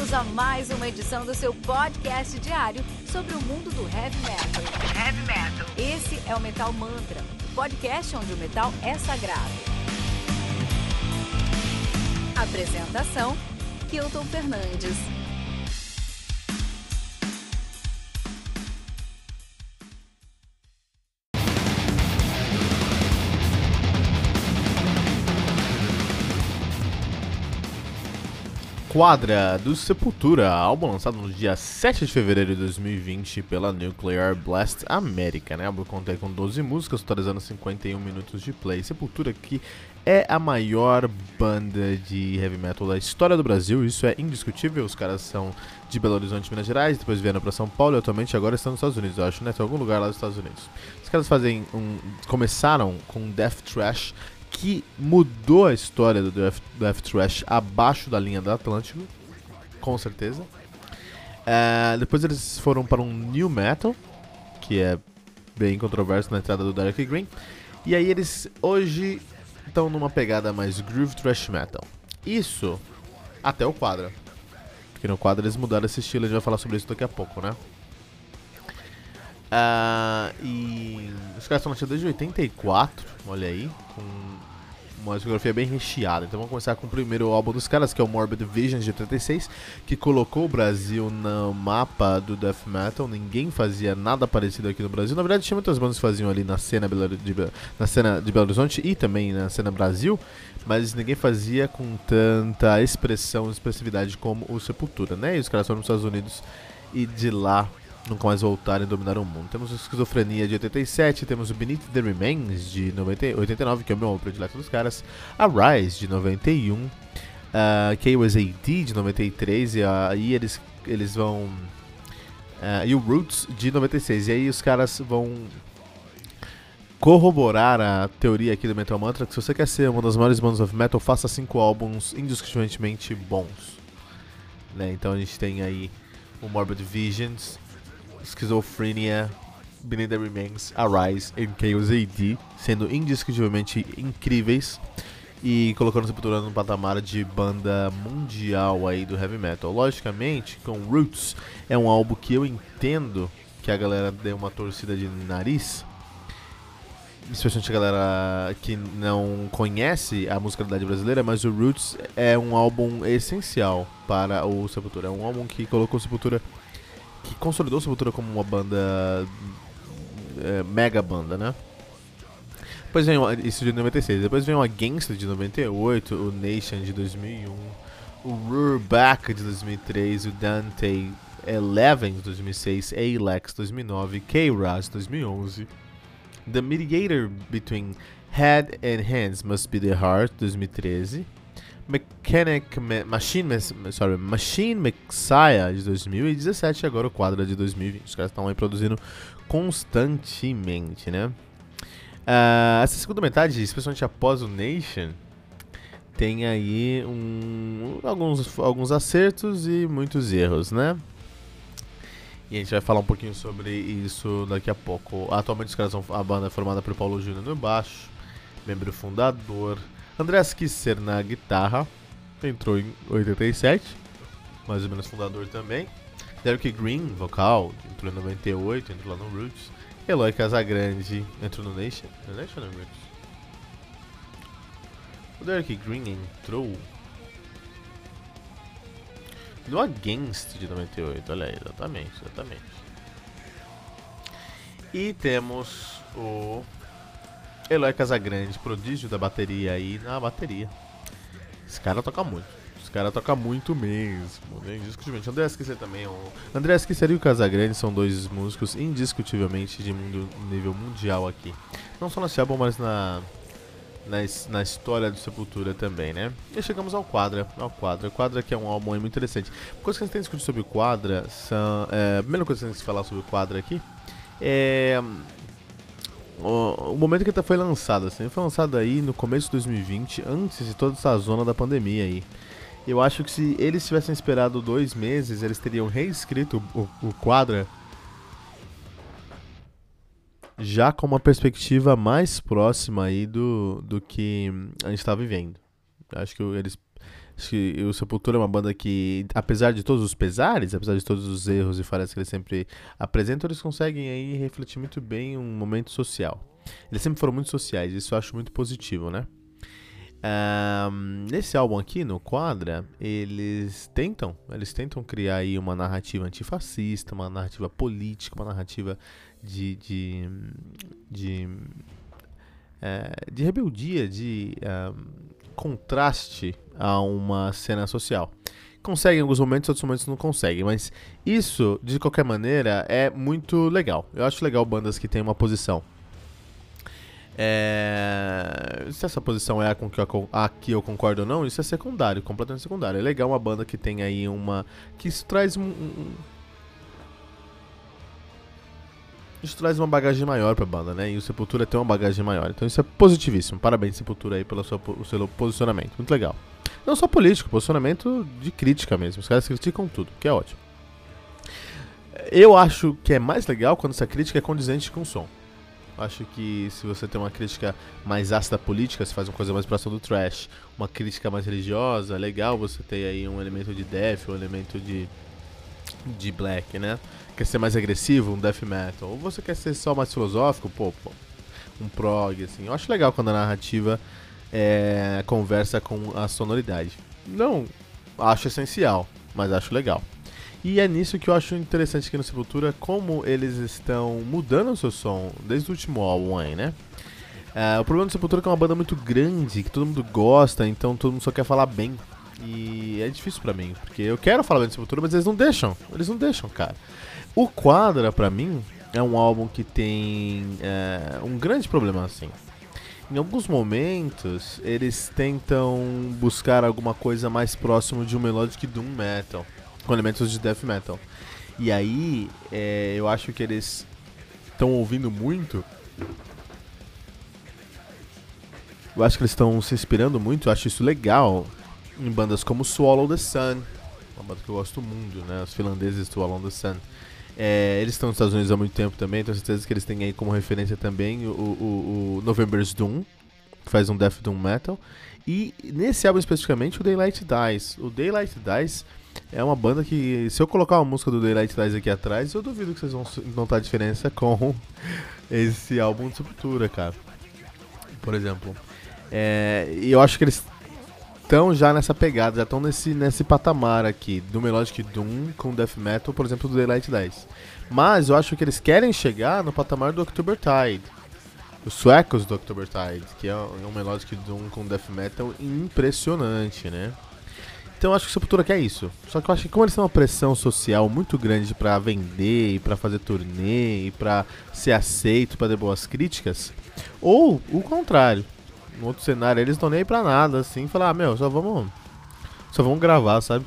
Bem-vindos a mais uma edição do seu podcast diário sobre o mundo do heavy metal. Esse é o Metal Mantra, o podcast onde o metal é sagrado. Apresentação: Kilton Fernandes. Quadra, do Sepultura, álbum lançado no dia 7 de fevereiro de 2020 pela Nuclear Blast America, né? O álbum conta com 12 músicas, totalizando 51 minutos de play. Sepultura, que é a maior banda de heavy metal da história do Brasil, isso é indiscutível. Os caras são de Belo Horizonte, Minas Gerais, depois vieram pra São Paulo e atualmente agora estão nos Estados Unidos, eu acho, né? Tem algum lugar lá dos Estados Unidos. Os caras começaram com Death Thrash, que mudou a história do Death Thrash abaixo da linha do Atlântico, com certeza. Depois eles foram para um New Metal, que é bem controverso na entrada do Derek Green. E aí eles hoje estão numa pegada mais Groove Thrash Metal. Isso até o Quadra, porque no Quadra eles mudaram esse estilo, a gente vai falar sobre isso daqui a pouco, né? E os caras estão latindo desde 84, olha aí, com uma discografia bem recheada. Então vamos começar com o primeiro álbum dos caras, que é o Morbid Visions de 86, que colocou o Brasil no mapa do death metal. Ninguém fazia nada parecido aqui no Brasil. Na verdade tinha muitas bandas que faziam ali na cena de Belo Horizonte e também na cena Brasil, mas ninguém fazia com tanta expressividade como o Sepultura, né? E os caras foram nos Estados Unidos e de lá nunca mais voltaram e dominaram o mundo. Temos o Esquizofrenia de 87, temos o Beneath the Remains de 89, que é o meu álbum predileto dos caras, a Rise de 91, Chaos AD de 93, e aí eles vão... e o Roots de 96, e aí os caras vão corroborar a teoria aqui do Metal Mantra, que se você quer ser uma das maiores bandas of metal, faça 5 álbuns indiscutivelmente bons, né? Então a gente tem aí o Morbid Visions, Schizophrenia, Beneath the Remains, Arise e Chaos AD, sendo indiscutivelmente incríveis e colocando o Sepultura no patamar de banda mundial aí do heavy metal. Logicamente, com Roots é um álbum que eu entendo que a galera deu uma torcida de nariz, especialmente a galera que não conhece a musicalidade brasileira, mas o Roots é um álbum essencial para o Sepultura. É um álbum que colocou o Sepultura, que consolidou a Sepultura como uma banda, mega banda, né? Depois vem isso de 96, depois vem o Against de 98, o Nation de 2001, o Rureback de 2003, o Dante Eleven de 2006, Alex 2009, K-Raz 2011, The Mediator Between Head and Hands Must Be the Heart 2013, Machine Messiah de 2017 e agora o Quadra de 2020. Os caras estão aí produzindo constantemente, né? Essa segunda metade, especialmente após o Nation, tem aí alguns acertos e muitos erros, né? E a gente vai falar um pouquinho sobre isso daqui a pouco. Atualmente os caras são a banda formada por Paulo Júnior no baixo, membro fundador, Andreas Kisser na guitarra, entrou em 87, mais ou menos fundador também. Derek Green, vocal, entrou em 98, entrou lá no Roots. Eloy Casagrande entrou no Nation. No Nation ou no Roots? O Derek Green entrou no Against de 98, olha aí, exatamente. E temos o Eloy Casagrande, prodígio da bateria aí na bateria. Esse cara toca muito mesmo, né? Indiscutivelmente. Andreas Kisser também. O Andreas Kisser e o Casagrande são dois músicos indiscutivelmente de nível mundial aqui. Não só nesse álbum, mas na história do Sepultura também, né? E chegamos ao Quadra. O Quadra, que é um álbum muito interessante. Uma coisa que a gente tem discutido sobre o Quadra a primeira coisa que a gente tem que falar sobre o Quadra aqui é o momento que ele foi lançado, assim. Ele foi lançado aí no começo de 2020, antes de toda essa zona da pandemia aí. Eu acho que se eles tivessem esperado 2 meses, eles teriam reescrito o Quadra já com uma perspectiva mais próxima aí do que a gente está vivendo. Acho que eles Acho que o Sepultura é uma banda que, apesar de todos os pesares, apesar de todos os erros e falhas que eles sempre apresentam, eles conseguem aí refletir muito bem um momento social. Eles sempre foram muito sociais, isso eu acho muito positivo, né? Nesse álbum aqui, no Quadra, eles tentam criar aí uma narrativa antifascista, uma narrativa política, uma narrativa de rebeldia, de contraste a uma cena social. Conseguem em alguns momentos, outros momentos não conseguem, mas isso, de qualquer maneira, é muito legal. Eu acho legal bandas que têm uma posição. Se essa posição é a que eu concordo ou não, isso é secundário, completamente secundário. É legal uma banda que tem aí que isso traz isso traz uma bagagem maior pra banda, né? E o Sepultura tem uma bagagem maior. Então isso é positivíssimo. Parabéns, Sepultura, aí pelo seu posicionamento. Muito legal. Não só político, posicionamento de crítica mesmo. Os caras criticam tudo, que é ótimo. Eu acho que é mais legal quando essa crítica é condizente com o som. Acho que se você tem uma crítica mais ácida política, você faz uma coisa mais próxima do thrash. Uma crítica mais religiosa, é legal você ter aí um elemento de death, um elemento de black, né? Quer ser mais agressivo, um death metal. Ou você quer ser só mais filosófico, um prog, assim. Eu acho legal quando a narrativa conversa com a sonoridade. Não acho essencial, mas acho legal. E é nisso que eu acho interessante aqui no Sepultura, como eles estão mudando o seu som desde o último álbum aí, né? O problema do Sepultura é que é uma banda muito grande, que todo mundo gosta, então todo mundo só quer falar bem. E é difícil pra mim, porque eu quero falar bem do Sepultura, mas eles não deixam, cara. O Quadra, pra mim, é um álbum que tem um grande problema, assim. Em alguns momentos, eles tentam buscar alguma coisa mais próximo de um melodic doom metal, com elementos de death metal. E aí, eu acho que eles estão ouvindo muito. Eu acho que eles estão se inspirando muito, eu acho isso legal, em bandas como Swallow the Sun, uma banda que eu gosto muito, né? Os finlandeses Swallow the Sun. Eles estão nos Estados Unidos há muito tempo também, tenho certeza que eles têm aí como referência também o November's Doom, que faz um death doom metal. E nesse álbum especificamente, o Daylight Dies. O Daylight Dies é uma banda que, se eu colocar uma música do Daylight Dies aqui atrás, eu duvido que vocês vão notar a diferença com esse álbum de Sepultura, cara. Por exemplo. E eu acho que eles estão já nessa pegada, já estão nesse patamar aqui do Melodic Doom com Death Metal, por exemplo, do Daylight Dies. Mas eu acho que eles querem chegar no patamar do October Tide, os suecos do October Tide, que é um Melodic Doom com Death Metal impressionante, né? Então eu acho que o Sepultura quer isso. Só que eu acho que como eles têm uma pressão social muito grande pra vender, e pra fazer turnê, e pra ser aceito, pra ter boas críticas, ou o contrário, no outro cenário, eles não nem aí pra nada, assim, falar, só vamos gravar, sabe?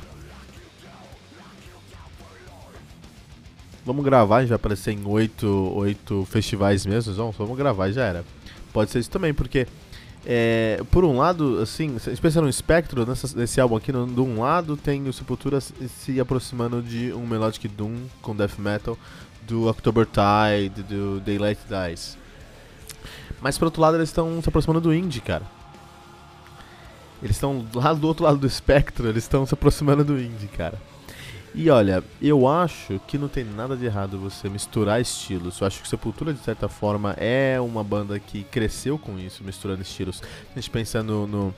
Vamos gravar, a gente vai aparecer em 8 festivais mesmo, só vamos gravar e já era. Pode ser isso também, porque, por um lado, assim, pensando no espectro, nesse álbum aqui, de um lado tem o Sepultura se aproximando de um Melodic Doom com Death Metal, do October Tide, do Daylight Dies. Mas por outro lado eles estão se aproximando do indie, cara. Eles estão lá do outro lado do espectro, eles estão se aproximando do indie, cara. E olha, eu acho que não tem nada de errado você misturar estilos. Eu acho que Sepultura, de certa forma, é uma banda que cresceu com isso, misturando estilos. A gente pensa no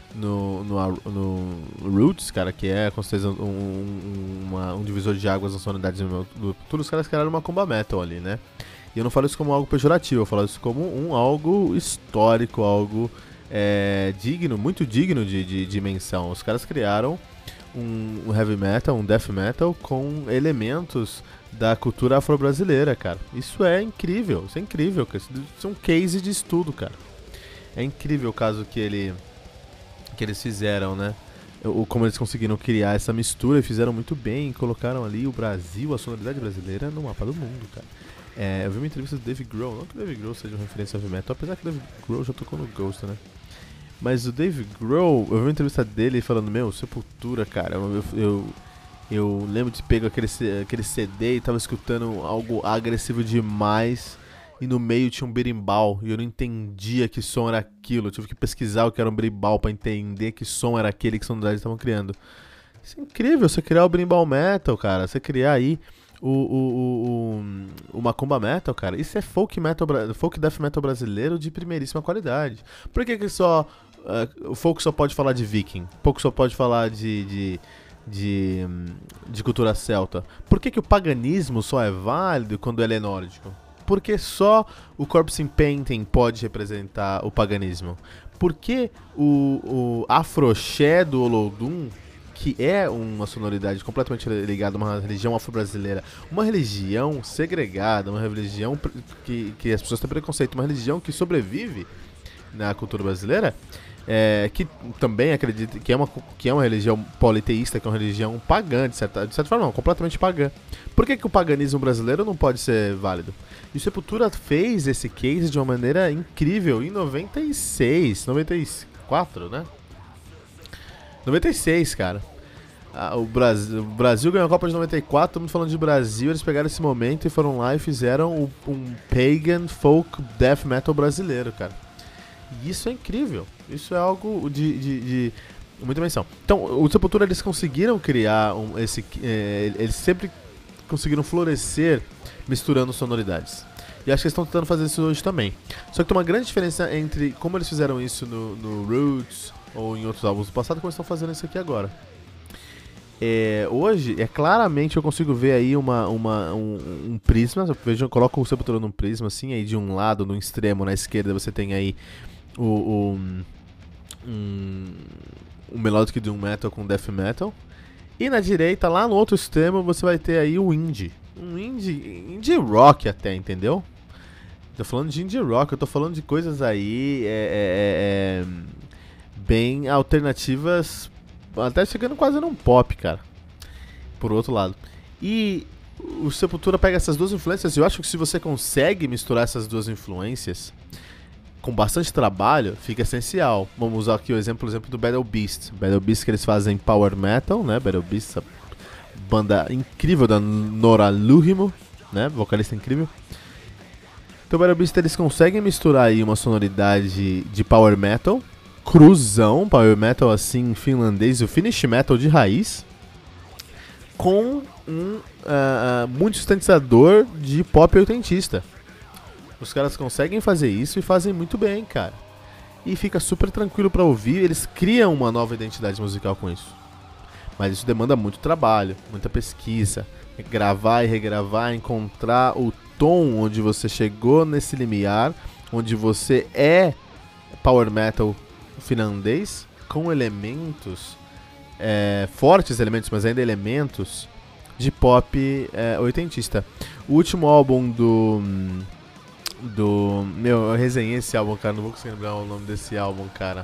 Roots, cara, que é com certeza um divisor de águas na sonoridade do Sepultura. Os caras criaram uma comba metal ali, né? E eu não falo isso como algo pejorativo, eu falo isso como algo histórico, algo digno, muito digno de menção. Os caras criaram um heavy metal, um death metal com elementos da cultura afro-brasileira, cara. Isso é incrível, cara. Isso é um case de estudo, cara. É incrível o caso que eles fizeram, né? Como eles conseguiram criar essa mistura e fizeram muito bem, colocaram ali o Brasil, a sonoridade brasileira no mapa do mundo, cara. Eu vi uma entrevista do Dave Grohl, não que o Dave Grohl seja uma referência ao heavy metal, apesar que o Dave Grohl já tocou no Ghost, né? Mas o Dave Grohl, eu vi uma entrevista dele falando, Sepultura, cara, eu lembro de pegar aquele CD e tava escutando algo agressivo demais, e no meio tinha um berimbau, e eu não entendia que som era aquilo. Eu tive que pesquisar o que era um berimbau pra entender que som era aquele que sonoridade estavam criando. Isso é incrível, você criar o berimbau metal, cara. Você criar aí o Macumba Metal, cara. Isso é folk death metal brasileiro de primeiríssima qualidade. Por que só o folk só pode falar de viking? O folk só pode falar de cultura celta? Por que o paganismo só é válido quando ele é nórdico? Por que só o Corpse Painting pode representar o paganismo? Por que o Afroxé do Olodum, que é uma sonoridade completamente ligada a uma religião afro-brasileira, uma religião segregada, uma religião que as pessoas têm preconceito, uma religião que sobrevive na cultura brasileira, que também acredita que é uma religião politeísta, que é uma religião pagã, de certa forma não, completamente pagã. Por que o paganismo brasileiro não pode ser válido? E o Sepultura fez esse case de uma maneira incrível em 96, 94, né? 96, cara. O Brasil ganhou a Copa de 94, todo mundo falando de Brasil, eles pegaram esse momento e foram lá e fizeram um pagan folk death metal brasileiro, cara. E isso é incrível, isso é algo de muita menção. Então, o Sepultura, eles conseguiram criar eles sempre conseguiram florescer misturando sonoridades. E acho que eles estão tentando fazer isso hoje também. Só que tem uma grande diferença entre como eles fizeram isso no Roots ou em outros álbuns do passado e como eles estão fazendo isso aqui agora. Hoje, claramente eu consigo ver aí um prisma. Eu coloco o Sepultura num prisma, assim, aí de um lado, no extremo, na esquerda, você tem aí um melodic doom metal com death metal. E na direita, lá no outro extremo, você vai ter aí o indie. Um indie rock até, entendeu? Tô falando de indie rock, eu tô falando de coisas aí bem alternativas, até chegando quase num pop, cara. Por outro lado. E o Sepultura pega essas duas influências, e eu acho que se você consegue misturar essas duas influências com bastante trabalho, fica essencial. Vamos usar aqui o exemplo do Battle Beast. Battle Beast, que eles fazem power metal, né? Battle Beast, essa banda incrível da Nora Luhimo, né? Vocalista incrível. Então o Battle Beast, eles conseguem misturar aí uma sonoridade de power metal, cruzão, power metal assim finlandês, o Finnish metal de raiz, com muito sintetizador de pop oitentista. Os caras conseguem fazer isso e fazem muito bem, cara. E fica super tranquilo pra ouvir, eles criam uma nova identidade musical com isso. Mas isso demanda muito trabalho, muita pesquisa, gravar e regravar, encontrar o tom onde você chegou nesse limiar, onde você é power metal finlandês, com elementos, fortes elementos, mas ainda elementos de pop oitentista. O último álbum eu resenhei esse álbum, cara, não vou conseguir lembrar o nome desse álbum, cara.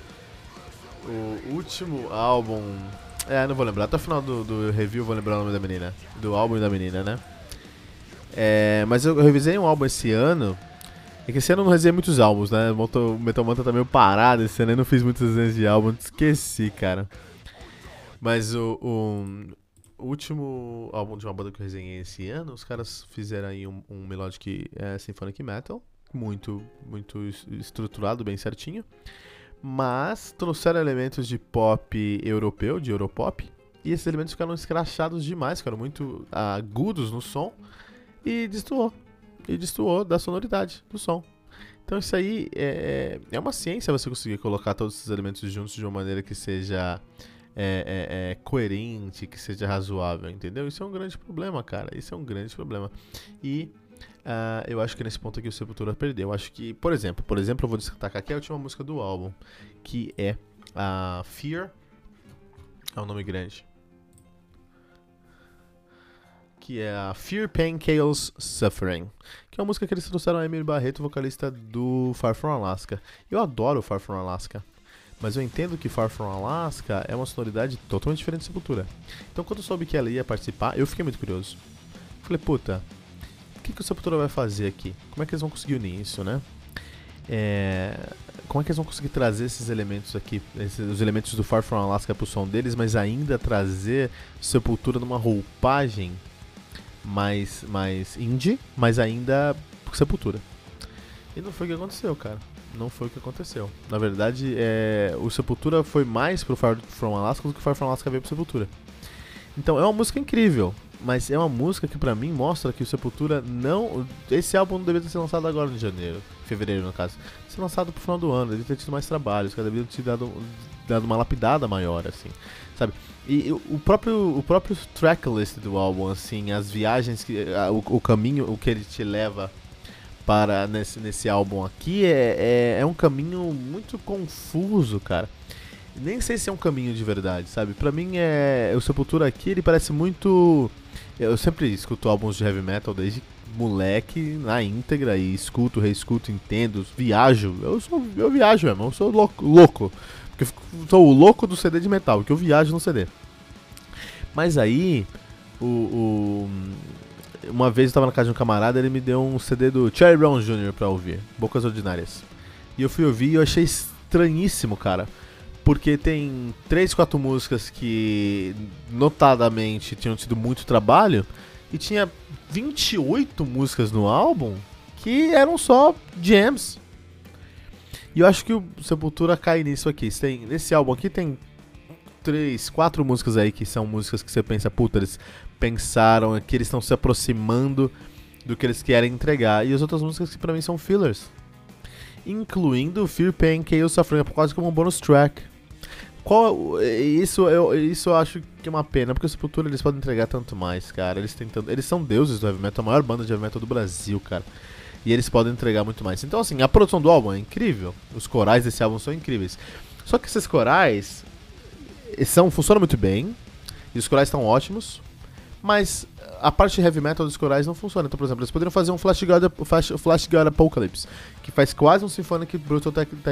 O último álbum, não vou lembrar, até o final do review eu vou lembrar o nome da menina, do álbum e da menina, né? Mas eu revisei um álbum esse ano. É que esse ano eu não resenhei muitos álbuns, né? O Metal Mantra tá meio parado esse ano, eu não fiz muitas resenhas de álbum, esqueci, cara. Mas o último álbum de uma banda que eu resenhei esse ano, os caras fizeram aí um melodic symphonic metal, muito estruturado, bem certinho. Mas trouxeram elementos de pop europeu, de Europop, e esses elementos ficaram escrachados demais, ficaram muito agudos no som, e destoou da sonoridade do som. Então isso aí é uma ciência, você conseguir colocar todos esses elementos juntos de uma maneira que seja coerente, que seja razoável, entendeu? Isso é um grande problema, cara, isso é um grande problema. E eu acho que nesse ponto aqui o Sepultura perdeu. Eu acho que, por exemplo, eu vou destacar aqui a última música do álbum, que é a Fear, é um nome grande, que é a Fear, Pain, Chaos, Suffering, que é uma música que eles trouxeram a Emily Barreto, vocalista do Far From Alaska. Eu adoro o Far From Alaska, mas eu entendo que Far From Alaska é uma sonoridade totalmente diferente de Sepultura. Então quando eu soube que ela ia participar, eu fiquei muito curioso. Falei, puta, o que o Sepultura vai fazer aqui? Como é que eles vão conseguir unir isso, né? Como é que eles vão conseguir trazer esses elementos aqui, os elementos do Far From Alaska pro som deles, mas ainda trazer Sepultura numa roupagem mais indie, mas ainda com Sepultura. E não foi o que aconteceu, cara. Não foi o que aconteceu. Na verdade, o Sepultura foi mais pro Far From Alaska do que o Far From Alaska veio pro Sepultura. Então é uma música incrível, mas é uma música que pra mim mostra que o Sepultura não... Esse álbum não deveria ter sido lançado agora em fevereiro no caso. Ser lançado pro final do ano, deveria ter tido mais trabalho, os caras deveriam ter dado uma lapidada maior, assim, sabe? E o próprio tracklist do álbum, assim, as viagens, o caminho, o que ele te leva para nesse álbum aqui é um caminho muito confuso, cara. Nem sei se é um caminho de verdade, sabe? Pra mim, o Sepultura aqui, ele parece muito... Eu sempre escuto álbuns de heavy metal desde moleque, na íntegra, e escuto, reescuto, entendo, viajo. Eu viajo mesmo, eu sou louco. Porque eu sou o louco do CD de metal, porque eu viajo no CD. Mas aí, uma vez eu tava na casa de um camarada, ele me deu um CD do Charlie Brown Jr. pra ouvir, Bocas Ordinárias. E eu fui ouvir e eu achei estranhíssimo, cara. Porque tem 3, 4 músicas que notadamente tinham tido muito trabalho, e tinha 28 músicas no álbum que eram só jams. E eu acho que o Sepultura cai nisso aqui. Nesse álbum aqui tem 3, 4 músicas aí que são músicas que você pensa, puta, eles pensaram que eles estão se aproximando do que eles querem entregar. E as outras músicas que pra mim são fillers, incluindo Fear, Pain, Chaos, Suffering, quase como um bonus track. Isso eu acho que é uma pena, porque o Sepultura eles podem entregar tanto mais, cara. Eles são deuses do heavy metal, a maior banda de heavy metal do Brasil, cara. E eles podem entregar muito mais. Então, assim, a produção do álbum é incrível. Os corais desse álbum são incríveis. Só que esses corais funcionam muito bem. E os corais estão ótimos. Mas a parte heavy metal dos corais não funciona. Então, por exemplo, eles poderiam fazer um Flash God Apocalypse, que faz quase um Symphonic Brutal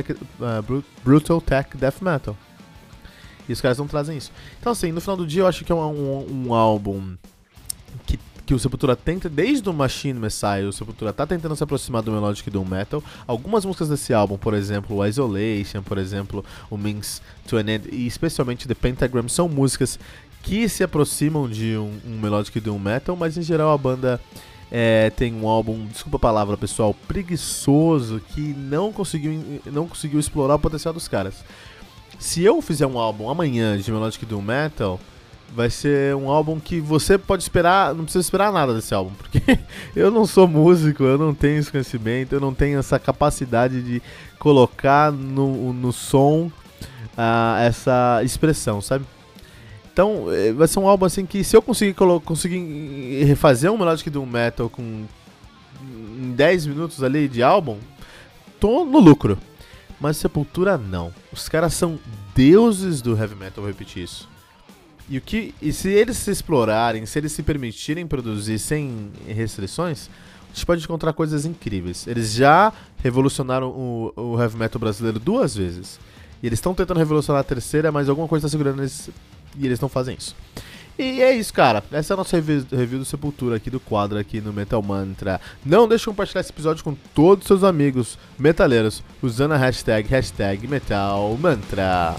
Tech Death Metal. E os caras não trazem isso. Então, assim, no final do dia eu acho que é um álbum que o Sepultura tenta, desde o Machine Messiah, o Sepultura tá tentando se aproximar do Melodic Doom Metal. Algumas músicas desse álbum, por exemplo, o Isolation, por exemplo, o Means to an End, e especialmente The Pentagram, são músicas que se aproximam de um Melodic Doom Metal, mas em geral a banda tem um álbum, desculpa a palavra pessoal, preguiçoso, que não conseguiu explorar o potencial dos caras. Se eu fizer um álbum amanhã de Melodic Doom Metal, vai ser um álbum que você pode esperar, não precisa esperar nada desse álbum, porque eu não sou músico, eu não tenho esse conhecimento, eu não tenho essa capacidade de colocar no som essa expressão, sabe? Então, vai ser um álbum assim que se eu conseguir refazer um Melodic Doom Metal em 10 minutos ali de álbum, tô no lucro. Mas Sepultura não. Os caras são deuses do heavy metal, vou repetir isso. E se eles se explorarem, se eles se permitirem produzir sem restrições, a gente pode encontrar coisas incríveis. Eles já revolucionaram o heavy metal brasileiro 2 vezes. E eles estão tentando revolucionar a terceira, mas alguma coisa está segurando eles e eles não fazem isso. E é isso, cara. Essa é a nossa review do Sepultura aqui do quadro aqui no Metal Mantra. Não deixe de compartilhar esse episódio com todos os seus amigos metaleiros usando a hashtag Metal Mantra.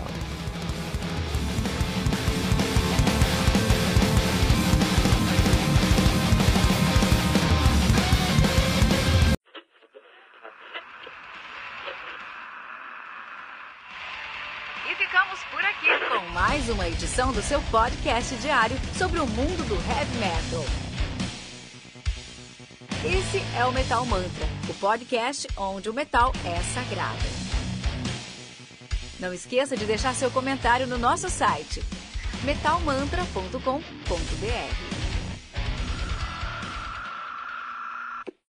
E ficamos por aqui com mais uma edição do seu podcast diário sobre o mundo do heavy metal. Esse é o Metal Mantra, o podcast onde o metal é sagrado. Não esqueça de deixar seu comentário no nosso site metalmantra.com.br.